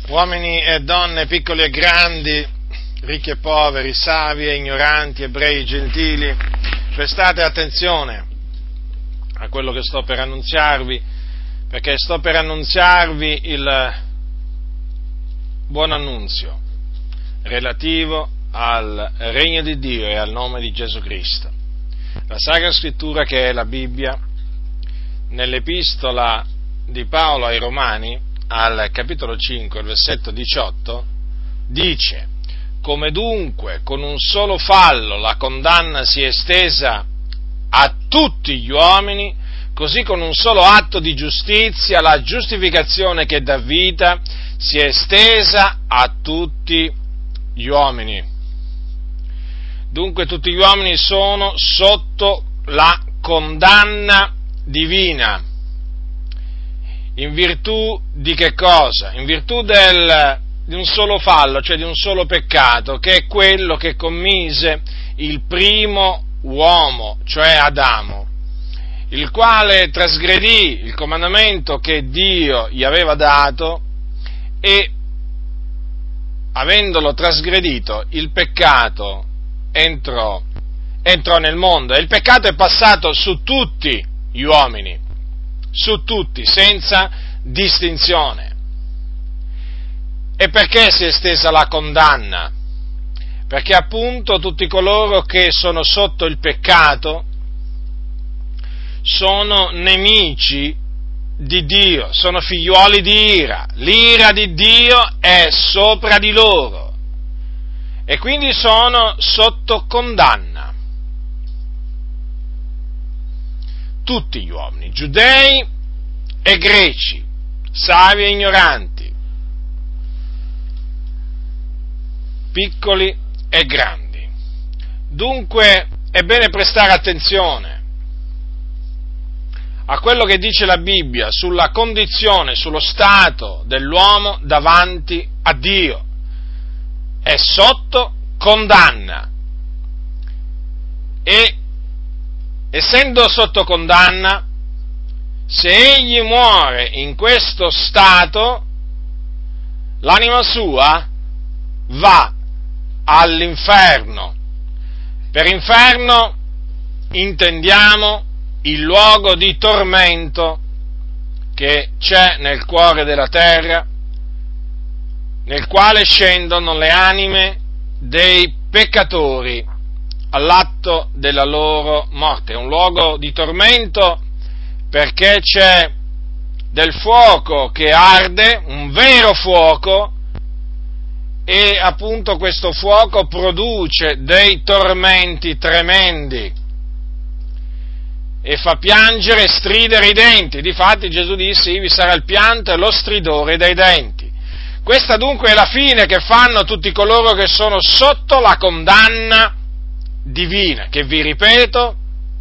uomini e donne, piccoli e grandi, ricchi e poveri, savi e ignoranti, ebrei e gentili, prestate attenzione a quello che sto per annunziarvi, perché sto per annunziarvi il buon annunzio relativo al regno di Dio e al nome di Gesù Cristo. La Sacra Scrittura, che è la Bibbia, nell'Epistola di Paolo ai Romani, al capitolo 5, versetto 18, dice: come dunque con un solo fallo la condanna si è estesa a tutti gli uomini, così con un solo atto di giustizia la giustificazione che dà vita si è estesa a tutti gli uomini. Dunque tutti gli uomini sono sotto la condanna divina. In virtù di che cosa? In virtù di un solo fallo, cioè di un solo peccato, che è quello che commise il primo uomo, cioè Adamo, il quale trasgredì il comandamento che Dio gli aveva dato e, avendolo trasgredito, il peccato entrò nel mondo e il peccato è passato su tutti gli uomini, su tutti, senza distinzione. E perché si è estesa la condanna? Perché appunto tutti coloro che sono sotto il peccato sono nemici di Dio, sono figliuoli di ira, l'ira di Dio è sopra di loro e quindi sono sotto condanna. Tutti gli uomini, giudei e greci, savi e ignoranti, piccoli e grandi. Dunque è bene prestare attenzione a quello che dice la Bibbia sulla condizione, sullo stato dell'uomo davanti a Dio. È sotto condanna e, essendo sotto condanna, se egli muore in questo stato, l'anima sua va all'inferno. Per inferno intendiamo il luogo di tormento che c'è nel cuore della terra, nel quale scendono le anime dei peccatori all'atto della loro morte. È un luogo di tormento perché c'è del fuoco che arde, un vero fuoco, e appunto questo fuoco produce dei tormenti tremendi e fa piangere e stridere i denti. Difatti Gesù disse: vi sarà il pianto e lo stridore dei denti. Questa dunque è la fine che fanno tutti coloro che sono sotto la condanna divina, che, vi ripeto,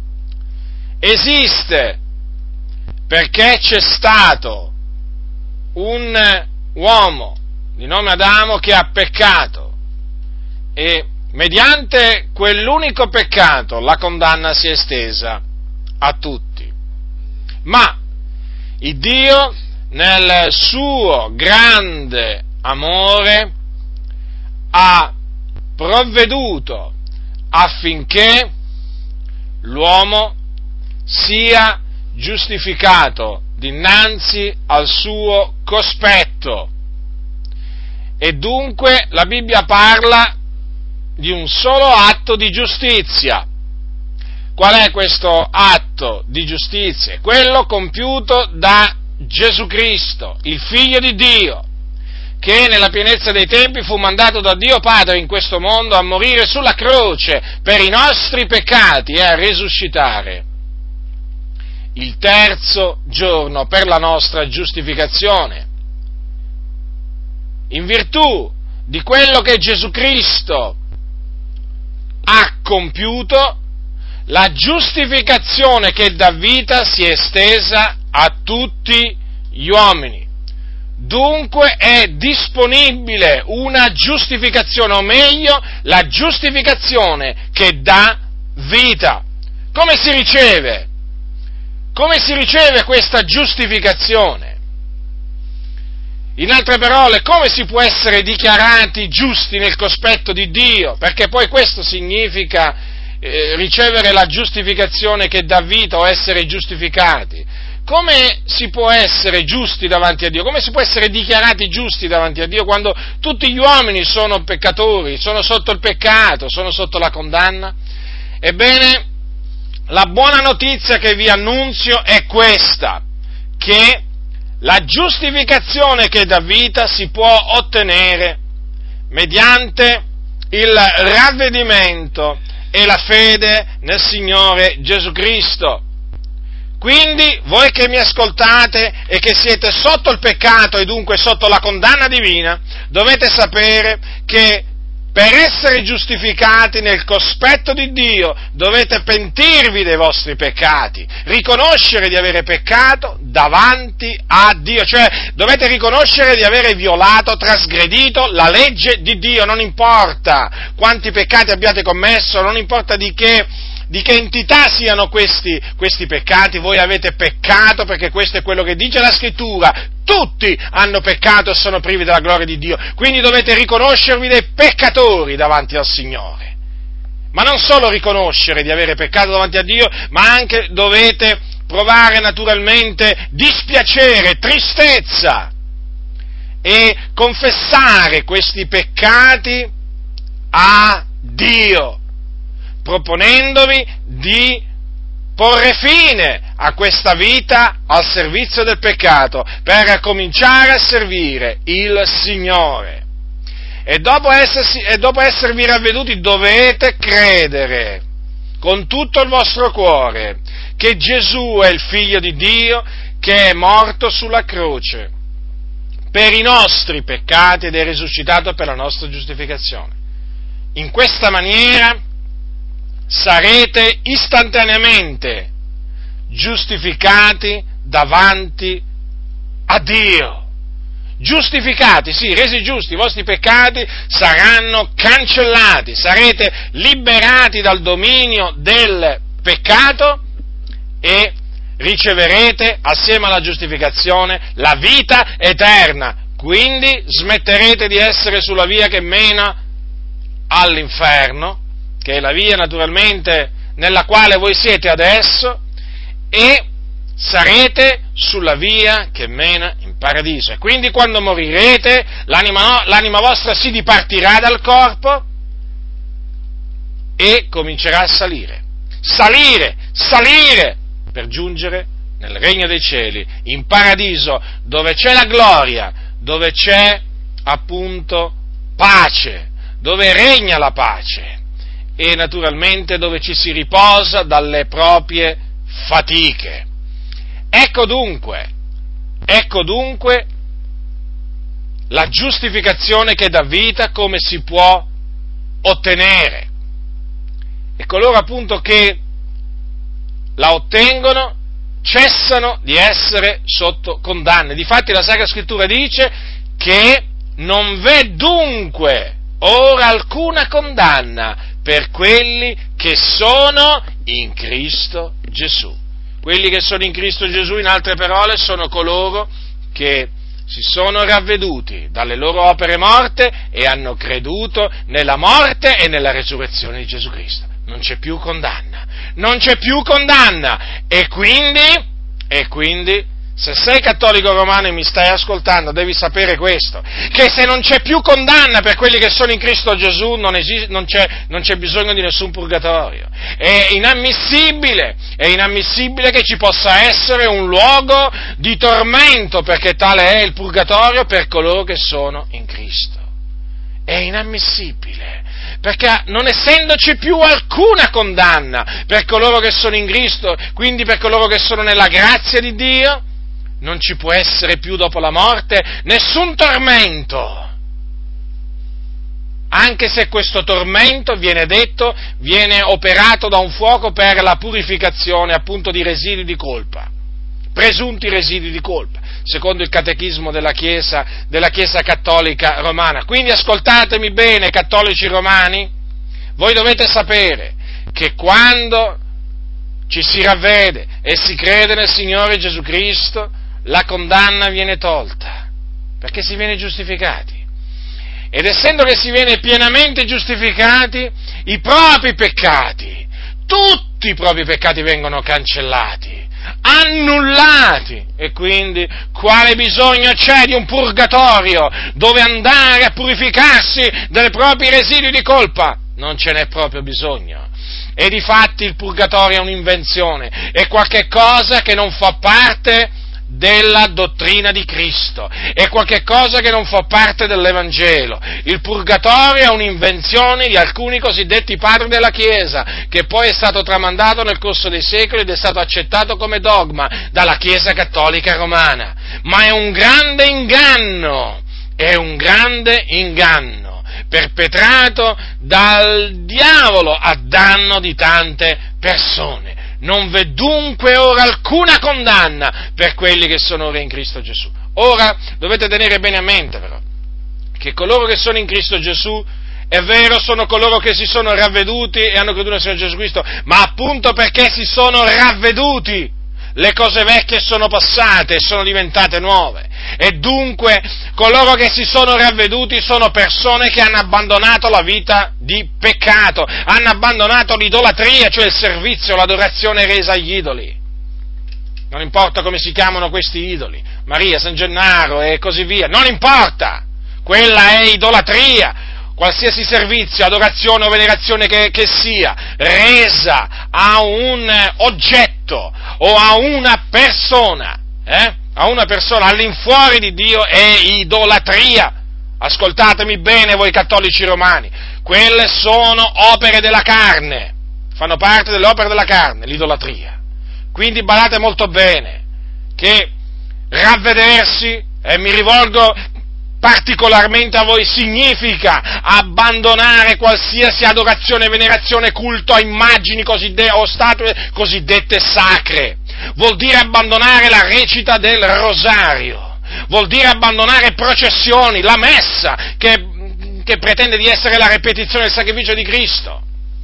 esiste perché c'è stato un uomo di nome Adamo che ha peccato e mediante quell'unico peccato la condanna si è estesa a tutti. Ma il Dio, nel suo grande amore, ha provveduto affinché l'uomo sia giustificato dinanzi al suo cospetto. E dunque la Bibbia parla di un solo atto di giustizia. Qual è questo atto di giustizia? Quello compiuto da Gesù Cristo, il Figlio di Dio, che nella pienezza dei tempi fu mandato da Dio Padre in questo mondo a morire sulla croce per i nostri peccati e a risuscitare il terzo giorno per la nostra giustificazione. In virtù di quello che Gesù Cristo ha compiuto, la giustificazione che dà vita si è estesa a tutti gli uomini. Dunque è disponibile una giustificazione, o meglio, la giustificazione che dà vita. Come si riceve? Come si riceve questa giustificazione? In altre parole, come si può essere dichiarati giusti nel cospetto di Dio? Perché poi questo significa ricevere la giustificazione che dà vita o essere giustificati. Come si può essere giusti davanti a Dio? Come si può essere dichiarati giusti davanti a Dio quando tutti gli uomini sono peccatori, sono sotto il peccato, sono sotto la condanna? Ebbene, la buona notizia che vi annunzio è questa, che la giustificazione che dà vita si può ottenere mediante il ravvedimento e la fede nel Signore Gesù Cristo. Quindi, voi che mi ascoltate e che siete sotto il peccato e dunque sotto la condanna divina, dovete sapere che per essere giustificati nel cospetto di Dio dovete pentirvi dei vostri peccati, riconoscere di avere peccato davanti a Dio, cioè dovete riconoscere di avere violato, trasgredito la legge di Dio, non importa quanti peccati abbiate commesso, non importa di che entità siano questi peccati, voi avete peccato perché questo è quello che dice la Scrittura. Tutti hanno peccato e sono privi della gloria di Dio, quindi dovete riconoscervi dei peccatori davanti al Signore. Ma non solo riconoscere di avere peccato davanti a Dio, ma anche dovete provare naturalmente dispiacere, tristezza e confessare questi peccati a Dio, proponendovi di porre fine a questa vita al servizio del peccato per cominciare a servire il Signore. E dopo esservi ravveduti dovete credere con tutto il vostro cuore che Gesù è il Figlio di Dio, che è morto sulla croce per i nostri peccati ed è risuscitato per la nostra giustificazione. In questa maniera sarete istantaneamente giustificati davanti a Dio. Giustificati, sì, resi giusti, i vostri peccati saranno cancellati, sarete liberati dal dominio del peccato e riceverete, assieme alla giustificazione, la vita eterna. Quindi smetterete di essere sulla via che mena all'inferno, che è la via naturalmente nella quale voi siete adesso, e sarete sulla via che mena in paradiso. E quindi quando morirete, l'anima vostra si dipartirà dal corpo e comincerà a salire, per giungere nel regno dei cieli, in paradiso, dove c'è la gloria, dove c'è appunto pace, dove regna la pace e naturalmente dove ci si riposa dalle proprie fatiche. Ecco dunque la giustificazione che dà vita, come si può ottenere. E coloro appunto che la ottengono cessano di essere sotto condanna. Difatti la Sacra Scrittura dice che non v'è dunque ora alcuna condanna per quelli che sono in Cristo Gesù. Quelli che sono in Cristo Gesù, in altre parole, sono coloro che si sono ravveduti dalle loro opere morte e hanno creduto nella morte e nella resurrezione di Gesù Cristo. Non c'è più condanna. E quindi, se sei cattolico romano e mi stai ascoltando, devi sapere questo, che se non c'è più condanna per quelli che sono in Cristo Gesù, non c'è bisogno di nessun purgatorio. È inammissibile che ci possa essere un luogo di tormento, perché tale è il purgatorio per coloro che sono in Cristo. È inammissibile, perché non essendoci più alcuna condanna per coloro che sono in Cristo, quindi per coloro che sono nella grazia di Dio, non ci può essere più dopo la morte nessun tormento, anche se questo tormento viene operato da un fuoco per la purificazione appunto di residui di colpa, presunti residui di colpa, secondo il catechismo della Chiesa cattolica romana. Quindi ascoltatemi bene, cattolici romani, voi dovete sapere che quando ci si ravvede e si crede nel Signore Gesù Cristo, la condanna viene tolta. Perché si viene giustificati. Ed essendo che si viene pienamente giustificati, i propri peccati, tutti i propri peccati vengono cancellati, annullati, e quindi quale bisogno c'è di un purgatorio dove andare a purificarsi dai propri residui di colpa? Non ce n'è proprio bisogno. E difatti il purgatorio è un'invenzione, è qualche cosa che non fa parte della dottrina di Cristo, è qualche cosa che non fa parte dell'Evangelo. Il purgatorio è un'invenzione di alcuni cosiddetti padri della Chiesa, che poi è stato tramandato nel corso dei secoli ed è stato accettato come dogma dalla Chiesa cattolica romana. Ma è un grande inganno perpetrato dal diavolo a danno di tante persone. Non v'è dunque ora alcuna condanna per quelli che sono ora in Cristo Gesù. Ora dovete tenere bene a mente però che coloro che sono in Cristo Gesù, è vero, sono coloro che si sono ravveduti e hanno creduto nel Signore Gesù Cristo, ma appunto perché si sono ravveduti, le cose vecchie sono passate e sono diventate nuove. E dunque coloro che si sono ravveduti sono persone che hanno abbandonato la vita di peccato, hanno abbandonato l'idolatria, cioè il servizio, l'adorazione resa agli idoli. Non importa come si chiamano questi idoli, Maria, San Gennaro e così via, non importa, quella è idolatria. Qualsiasi servizio, adorazione o venerazione che sia, resa a un oggetto o a una persona all'infuori di Dio è idolatria. Ascoltatemi bene voi cattolici romani, quelle sono opere della carne, fanno parte delle opere della carne, l'idolatria. Quindi badate molto bene che ravvedersi, mi rivolgo particolarmente a voi, significa abbandonare qualsiasi adorazione, venerazione, culto a immagini o statue cosiddette sacre. Vuol dire abbandonare la recita del rosario, vuol dire abbandonare processioni, la messa che pretende di essere la ripetizione del sacrificio di Cristo.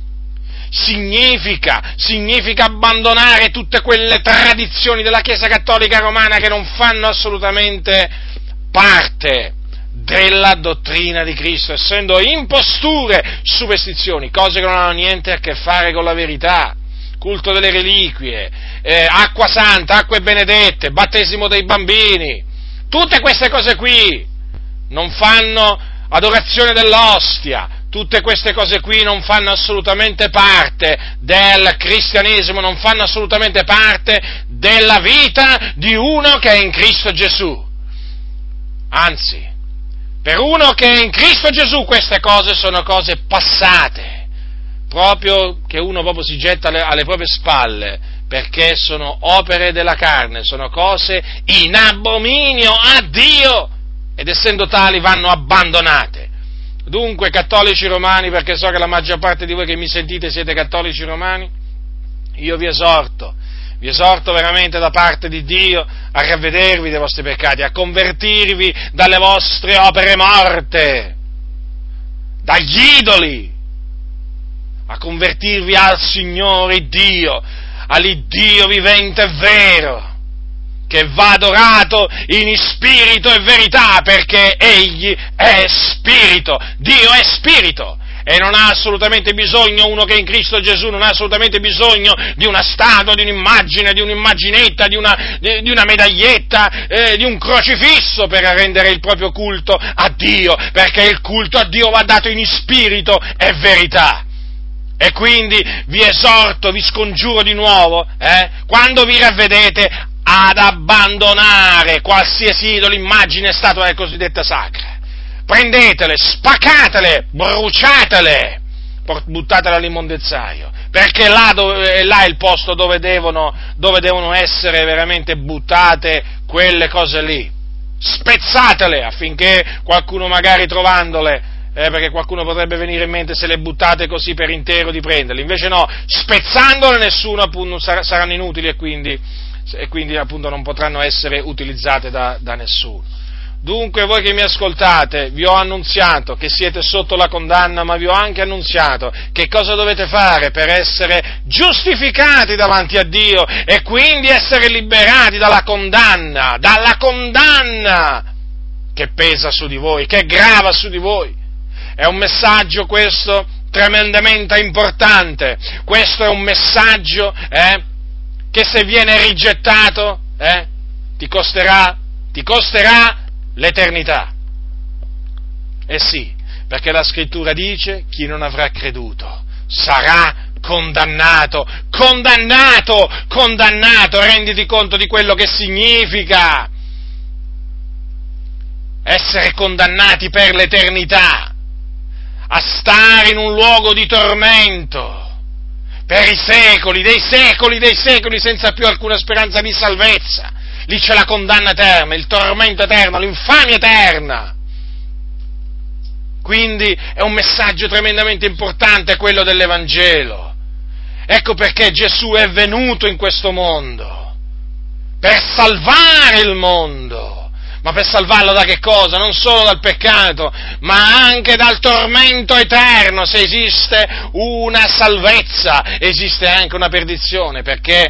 Significa abbandonare tutte quelle tradizioni della Chiesa Cattolica Romana che non fanno assolutamente parte della dottrina di Cristo, essendo imposture, superstizioni, cose che non hanno niente a che fare con la verità. Culto delle reliquie, acqua santa, acque benedette, battesimo dei bambini, tutte queste cose qui non fanno adorazione dell'ostia, tutte queste cose qui non fanno assolutamente parte del cristianesimo, non fanno assolutamente parte della vita di uno che è in Cristo Gesù. Anzi, per uno che è in Cristo Gesù queste cose sono cose passate, proprio che uno proprio si getta alle proprie spalle, perché sono opere della carne, sono cose in abominio a Dio, ed essendo tali vanno abbandonate. Dunque, cattolici romani, perché so che la maggior parte di voi che mi sentite siete cattolici romani, io vi esorto veramente da parte di Dio a ravvedervi dei vostri peccati, a convertirvi dalle vostre opere morte, dagli idoli, a convertirvi al Signore Dio, all'Iddio vivente e vero, che va adorato in spirito e verità, perché Egli è spirito, Dio è spirito. E non ha assolutamente bisogno, uno che è in Cristo Gesù, non ha assolutamente bisogno di una statua, di un'immagine, di un'immaginetta, di una medaglietta, di un crocifisso per rendere il proprio culto a Dio, perché il culto a Dio va dato in spirito e verità. E quindi vi esorto, vi scongiuro di nuovo, quando vi ravvedete, ad abbandonare qualsiasi idolo, immagine, statua cosiddetta sacra. Prendetele, spaccatele, bruciatele, buttatele all'immondezzaio, perché là è il posto dove devono essere veramente buttate quelle cose lì. Spezzatele affinché qualcuno magari trovandole, perché qualcuno potrebbe venire in mente se le buttate così per intero di prenderle, invece no, spezzandole nessuno appunto saranno inutili e quindi appunto non potranno essere utilizzate da nessuno. Dunque voi che mi ascoltate, vi ho annunziato che siete sotto la condanna, ma vi ho anche annunziato che cosa dovete fare per essere giustificati davanti a Dio e quindi essere liberati dalla condanna, che pesa su di voi, che grava su di voi. È un messaggio questo tremendamente importante. Questo è un messaggio che se viene rigettato ti costerà l'eternità. Sì, perché la Scrittura dice: chi non avrà creduto sarà condannato, renditi conto di quello che significa essere condannati per l'eternità, a stare in un luogo di tormento, per i secoli, dei secoli, senza più alcuna speranza di salvezza. Lì c'è la condanna eterna, il tormento eterno, l'infamia eterna. Quindi è un messaggio tremendamente importante quello dell'Evangelo. Ecco perché Gesù è venuto in questo mondo, per salvare il mondo. Ma per salvarlo da che cosa? Non solo dal peccato, ma anche dal tormento eterno. Se esiste una salvezza, esiste anche una perdizione, perché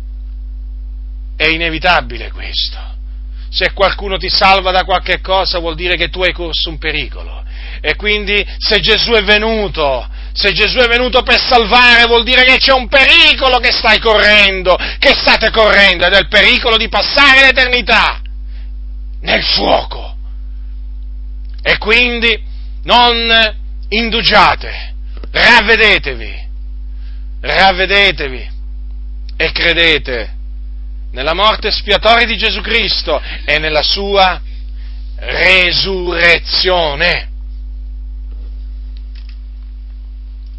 è inevitabile questo. Se qualcuno ti salva da qualche cosa, vuol dire che tu hai corso un pericolo. E quindi se Gesù è venuto per salvare, vuol dire che c'è un pericolo che state correndo, ed è il pericolo di passare l'eternità nel fuoco. E quindi non indugiate, ravvedetevi e credete nella morte espiatoria di Gesù Cristo e nella sua resurrezione.